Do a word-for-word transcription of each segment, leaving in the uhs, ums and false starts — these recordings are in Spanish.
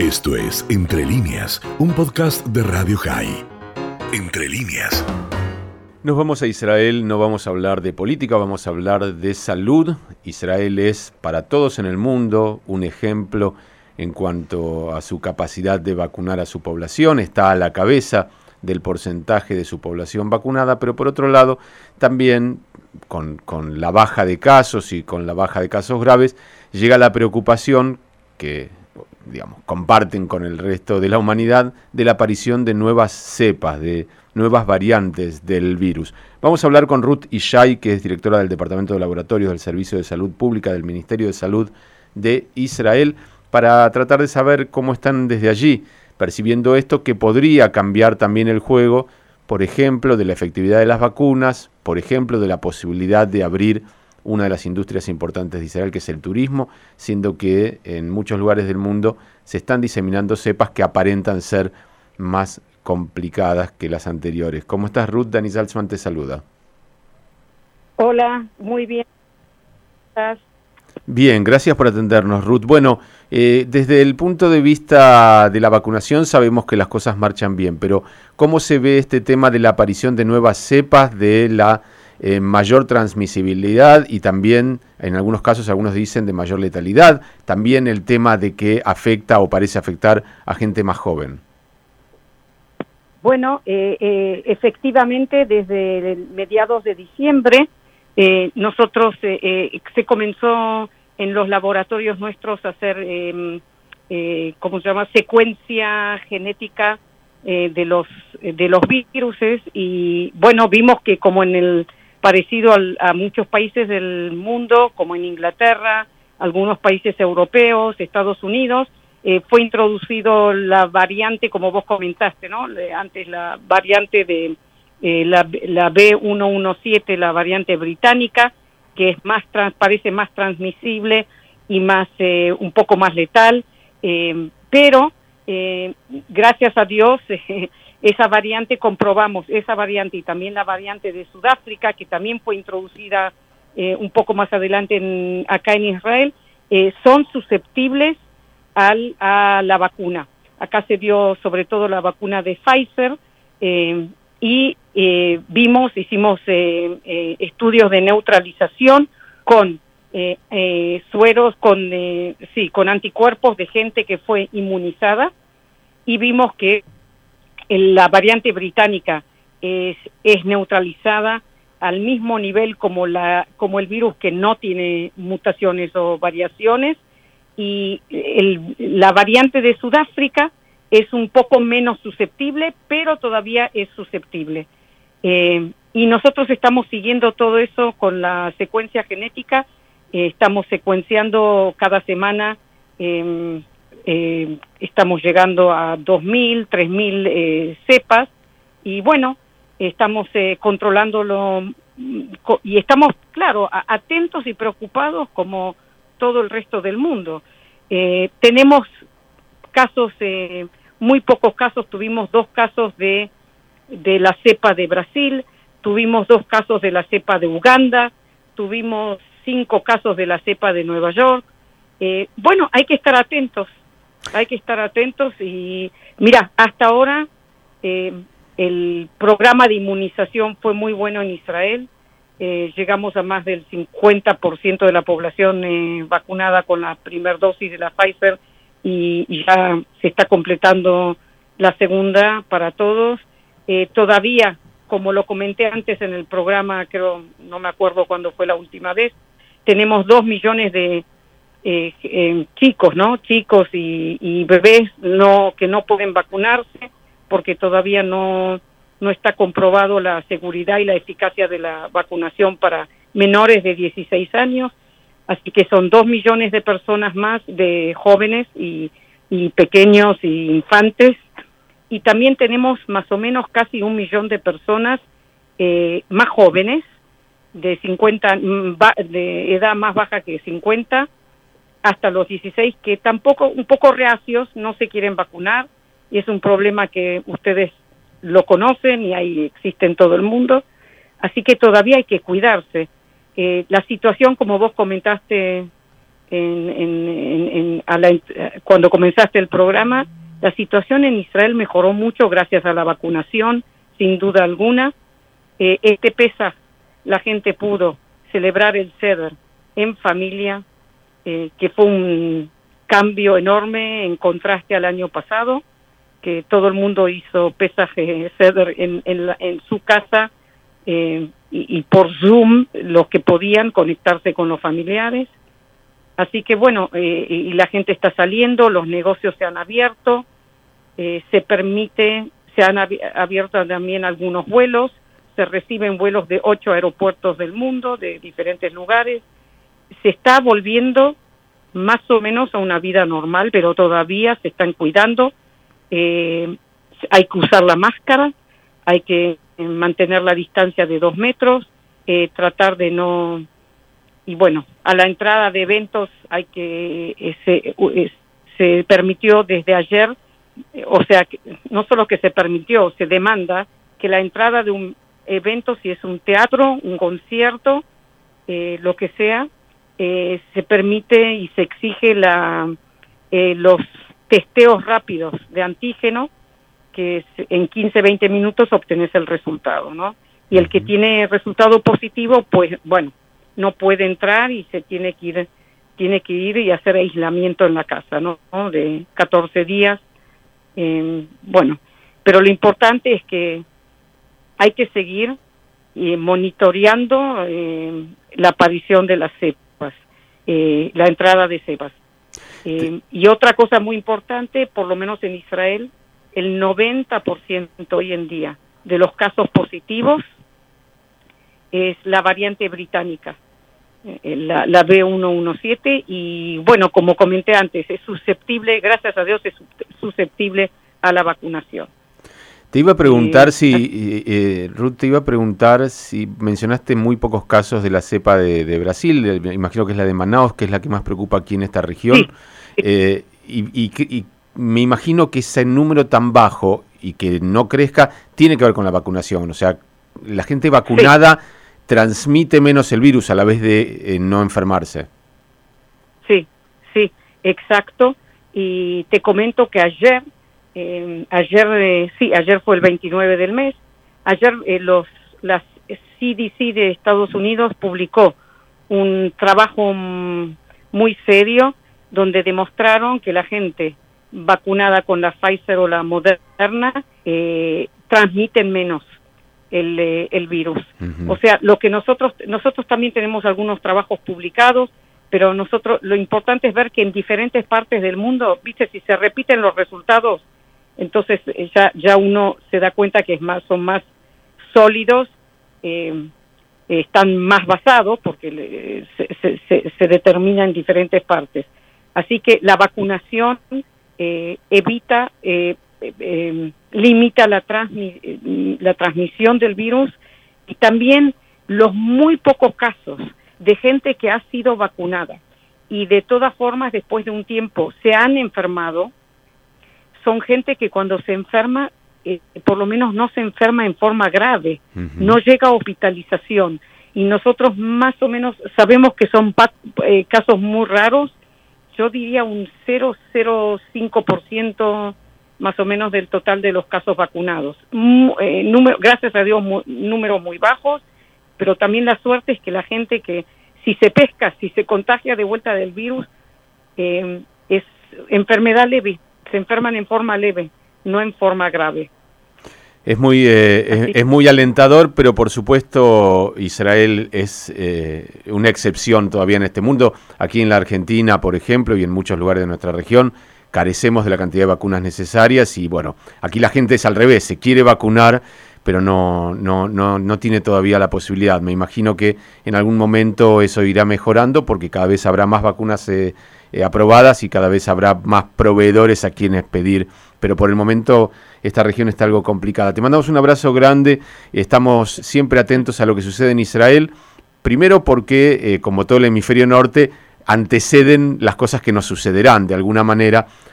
Esto es Entre Líneas, un podcast de Radio High. Entre Líneas. Nos vamos a Israel, no vamos a hablar de política, vamos a hablar de salud. Israel es para todos en el mundo un ejemplo en cuanto a su capacidad de vacunar a su población. Está a la cabeza del porcentaje de su población vacunada, pero por otro lado también con, con la baja de casos y con la baja de casos graves llega la preocupación que digamos, comparten con el resto de la humanidad de la aparición de nuevas cepas, de nuevas variantes del virus. Vamos a hablar con Ruth Ishai, que es directora del Departamento de Laboratorios del Servicio de Salud Pública del Ministerio de Salud de Israel, para tratar de saber cómo están desde allí percibiendo esto, que podría cambiar también el juego, por ejemplo, de la efectividad de las vacunas, por ejemplo, de la posibilidad de abrir una de las industrias importantes de Israel, que es el turismo, siendo que en muchos lugares del mundo se están diseminando cepas que aparentan ser más complicadas que las anteriores. ¿Cómo estás, Ruth? Dani Salzman te saluda. Hola, muy bien. ¿Estás? Bien, gracias por atendernos, Ruth. Bueno, eh, desde el punto de vista de la vacunación sabemos que las cosas marchan bien, pero ¿cómo se ve este tema de la aparición de nuevas cepas, de la Eh, mayor transmisibilidad y también, en algunos casos, algunos dicen de mayor letalidad, también el tema de que afecta o parece afectar a gente más joven? Bueno, eh, eh, efectivamente, desde mediados de diciembre, eh, nosotros, eh, eh, se comenzó en los laboratorios nuestros a hacer, eh, eh, ¿cómo se llama?, secuencia genética eh, de los de los viruses, y bueno, vimos que como en el parecido al, a muchos países del mundo, como en Inglaterra, algunos países europeos, Estados Unidos, eh, fue introducido la variante, como vos comentaste, ¿no? Antes la variante de eh, la, la B ciento diecisiete, la variante británica, que es más trans, parece más transmisible y más eh, un poco más letal, eh, pero eh, gracias a Dios eh, esa variante, comprobamos esa variante y también la variante de Sudáfrica, que también fue introducida eh, un poco más adelante en, acá en Israel, eh, son susceptibles al, a la vacuna. Acá se dio sobre todo la vacuna de Pfizer eh, y eh, vimos, hicimos eh, eh, estudios de neutralización con eh, eh, sueros, con, eh, sí, con anticuerpos de gente que fue inmunizada, y vimos que la variante británica es, es neutralizada al mismo nivel como, la, como el virus, que no tiene mutaciones o variaciones, y el, la variante de Sudáfrica es un poco menos susceptible, pero todavía es susceptible. Eh, y nosotros estamos siguiendo todo eso con la secuencia genética, eh, estamos secuenciando cada semana. eh, Eh, estamos llegando a dos mil, tres mil eh, cepas, y bueno, estamos eh, controlándolo y estamos, claro, a, atentos y preocupados como todo el resto del mundo. Eh, tenemos casos, eh, muy pocos casos, tuvimos dos casos de, de la cepa de Brasil, tuvimos dos casos de la cepa de Uganda, tuvimos cinco casos de la cepa de Nueva York. Eh, bueno, hay que estar atentos. Hay que estar atentos y, mira, hasta ahora eh, el programa de inmunización fue muy bueno en Israel. Eh, llegamos a más del cincuenta por ciento de la población eh, vacunada con la primera dosis de la Pfizer, y, y ya se está completando la segunda para todos. Eh, todavía, como lo comenté antes en el programa, creo, no me acuerdo cuándo fue la última vez, tenemos dos millones de Eh, eh, chicos, ¿no? Chicos y, y bebés no que no pueden vacunarse porque todavía no no está comprobado la seguridad y la eficacia de la vacunación para menores de dieciséis años, así que son dos millones de personas más, de jóvenes y, y pequeños y infantes, y también tenemos más o menos casi un millón de personas eh, más jóvenes, de cincuenta, de edad más baja que cincuenta, hasta los dieciséis, que tampoco, un poco reacios, no se quieren vacunar, y es un problema que ustedes lo conocen y ahí existe en todo el mundo, así que todavía hay que cuidarse. Eh, la situación, como vos comentaste en, en, en, en, a la, cuando comenzaste el programa, la situación en Israel mejoró mucho gracias a la vacunación, sin duda alguna. Eh, este Pesaj, la gente pudo celebrar el Seder en familia, eh, que fue un cambio enorme en contraste al año pasado, que todo el mundo hizo Pesaj eh, Seder en, en, la, en su casa, eh, y, y por Zoom, los que podían conectarse con los familiares. Así que bueno, eh, y la gente está saliendo, los negocios se han abierto, eh, se permite, se han abierto también algunos vuelos, se reciben vuelos de ocho aeropuertos del mundo, de diferentes lugares. Se está volviendo más o menos a una vida normal, pero todavía se están cuidando. Eh, hay que usar la máscara, hay que mantener la distancia de dos metros, eh, tratar de no... Y bueno, a la entrada de eventos hay que... Eh, se, eh, se permitió desde ayer, eh, o sea, que no solo que se permitió, se demanda que la entrada de un evento, si es un teatro, un concierto, eh, lo que sea, eh, se permite y se exige la eh, los testeos rápidos de antígeno, que en quince, veinte minutos obtenés el resultado, ¿no? Y el que tiene resultado positivo, pues bueno, no puede entrar y se tiene que ir, tiene que ir y hacer aislamiento en la casa, ¿no? De catorce días. Eh, bueno, pero lo importante es que hay que seguir eh, monitoreando eh, la aparición de las cepas, eh, la entrada de cepas. Eh, y otra cosa muy importante, por lo menos en Israel, el noventa por ciento hoy en día de los casos positivos es la variante británica, eh, la, la B ciento diecisiete, y bueno, como comenté antes, es susceptible, gracias a Dios, es susceptible a la vacunación. Te iba a preguntar eh, si, eh, Ruth, te iba a preguntar si mencionaste muy pocos casos de la cepa de, de Brasil, de, me imagino que es la de Manaus, que es la que más preocupa aquí en esta región, sí. eh, y, y, y me imagino que ese número tan bajo y que no crezca tiene que ver con la vacunación, o sea, la gente vacunada sí. transmite menos el virus a la vez de eh, no enfermarse. Sí, sí, exacto, y te comento que ayer... Eh, ayer, eh, sí, ayer fue el veintinueve del mes. Ayer eh, los las C D C de Estados Unidos publicó un trabajo m, muy serio donde demostraron que la gente vacunada con la Pfizer o la Moderna eh, transmiten menos el, eh, el virus. Uh-huh. O sea, lo que nosotros nosotros también tenemos algunos trabajos publicados, pero nosotros lo importante es ver que en diferentes partes del mundo, viste, si se repiten los resultados, entonces ya ya uno se da cuenta que es más son más sólidos, eh, están más basados porque eh, se, se, se determina en diferentes partes. Así que la vacunación eh, evita, eh, eh, limita la, transmi- la transmisión del virus, y también los muy pocos casos de gente que ha sido vacunada y de todas formas después de un tiempo se han enfermado, son gente que cuando se enferma, eh, por lo menos no se enferma en forma grave, uh-huh. no llega a hospitalización, y nosotros más o menos sabemos que son pa- eh, casos muy raros. Yo diría un cero coma cero cinco por ciento más o menos del total de los casos vacunados. M- eh, número, gracias a Dios, mu- números muy bajos, pero también la suerte es que la gente que si se pesca, si se contagia de vuelta del virus, eh, es enfermedad leve, se enferman en forma leve, no en forma grave. Es muy eh, es, es muy alentador, pero por supuesto Israel es eh, una excepción todavía en este mundo. Aquí en la Argentina, por ejemplo, y en muchos lugares de nuestra región, carecemos de la cantidad de vacunas necesarias, y bueno, aquí la gente es al revés, se quiere vacunar, pero no, no, no, no tiene todavía la posibilidad. Me imagino que en algún momento eso irá mejorando, porque cada vez habrá más vacunas eh, eh, aprobadas y cada vez habrá más proveedores a quienes pedir, pero por el momento esta región está algo complicada. Te mandamos un abrazo grande, estamos siempre atentos a lo que sucede en Israel, primero porque, eh, como todo el hemisferio norte, anteceden las cosas que nos sucederán de alguna manera,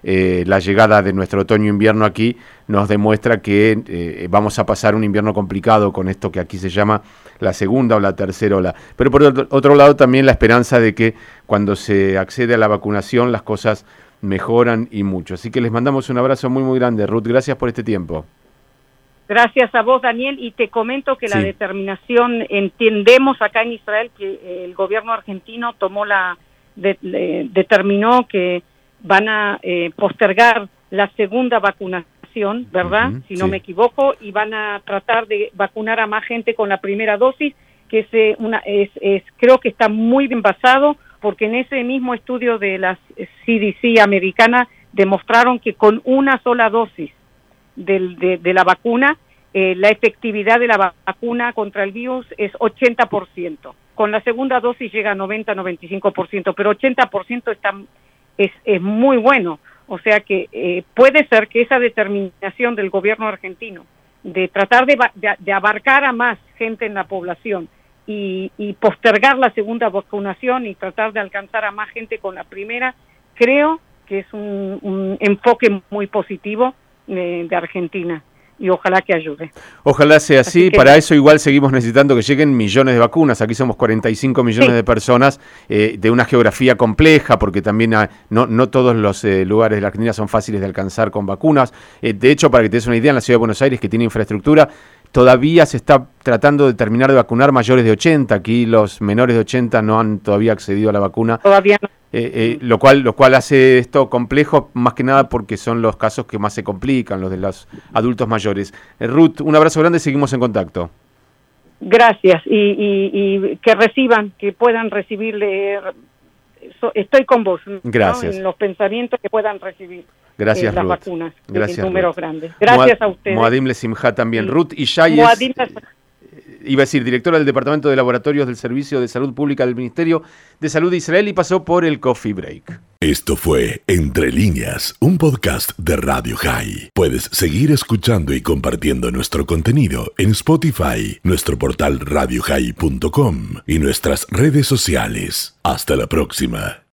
eh, la llegada de nuestro otoño-invierno aquí nos demuestra que eh, vamos a pasar un invierno complicado con esto que aquí se llama la segunda o la tercera ola. Pero por otro lado también la esperanza de que cuando se accede a la vacunación las cosas mejoran y mucho. Así que les mandamos un abrazo muy muy grande, Ruth. Gracias por este tiempo. Gracias a vos, Daniel, y te comento que sí. La determinación, entendemos acá en Israel que el gobierno argentino tomó la de, de, determinó que van a eh, postergar la segunda vacunación, ¿verdad? Uh-huh, si no sí. me equivoco, y van a tratar de vacunar a más gente con la primera dosis, que es eh, una es, es creo que está muy bien basado, porque en ese mismo estudio de la C D C americana demostraron que con una sola dosis Del, de, de la vacuna, eh, la efectividad de la vacuna contra el virus es ochenta por ciento. Con la segunda dosis llega a noventa a noventa y cinco por ciento, pero ochenta por ciento está, es, es muy bueno. O sea que eh, puede ser que esa determinación del gobierno argentino de tratar de, de, de abarcar a más gente en la población y, y postergar la segunda vacunación y tratar de alcanzar a más gente con la primera, creo que es un, un enfoque muy positivo De, de Argentina, y ojalá que ayude. Ojalá sea así, así que, para eso igual seguimos necesitando que lleguen millones de vacunas. Aquí somos cuarenta y cinco millones sí. de personas, eh, de una geografía compleja, porque también hay, no, no todos los eh, lugares de la Argentina son fáciles de alcanzar con vacunas. Eh, de hecho, para que te des una idea, en la ciudad de Buenos Aires, que tiene infraestructura, todavía se está tratando de terminar de vacunar mayores de ochenta. Aquí los menores de ochenta no han todavía accedido a la vacuna. Todavía no. Eh, eh, lo cual lo cual hace esto complejo, más que nada porque son los casos que más se complican, los de los adultos mayores. Eh, Ruth, un abrazo grande, seguimos en contacto. Gracias, y, y, y que reciban, que puedan recibirle, so, estoy con vos, gracias. ¿no? En los pensamientos que puedan recibir. Gracias, eh, las Ruth. vacunas Gracias, en números Ruth. grandes. Gracias Moad, a ustedes. Moadim Lesimha también. Sí. Ruth Ishai Moadim es, iba a decir, directora del Departamento de Laboratorios del Servicio de Salud Pública del Ministerio de Salud de Israel, y pasó por el Coffee Break. Esto fue Entre Líneas, un podcast de Radio High. Puedes seguir escuchando y compartiendo nuestro contenido en Spotify, nuestro portal radio high punto com y nuestras redes sociales. Hasta la próxima.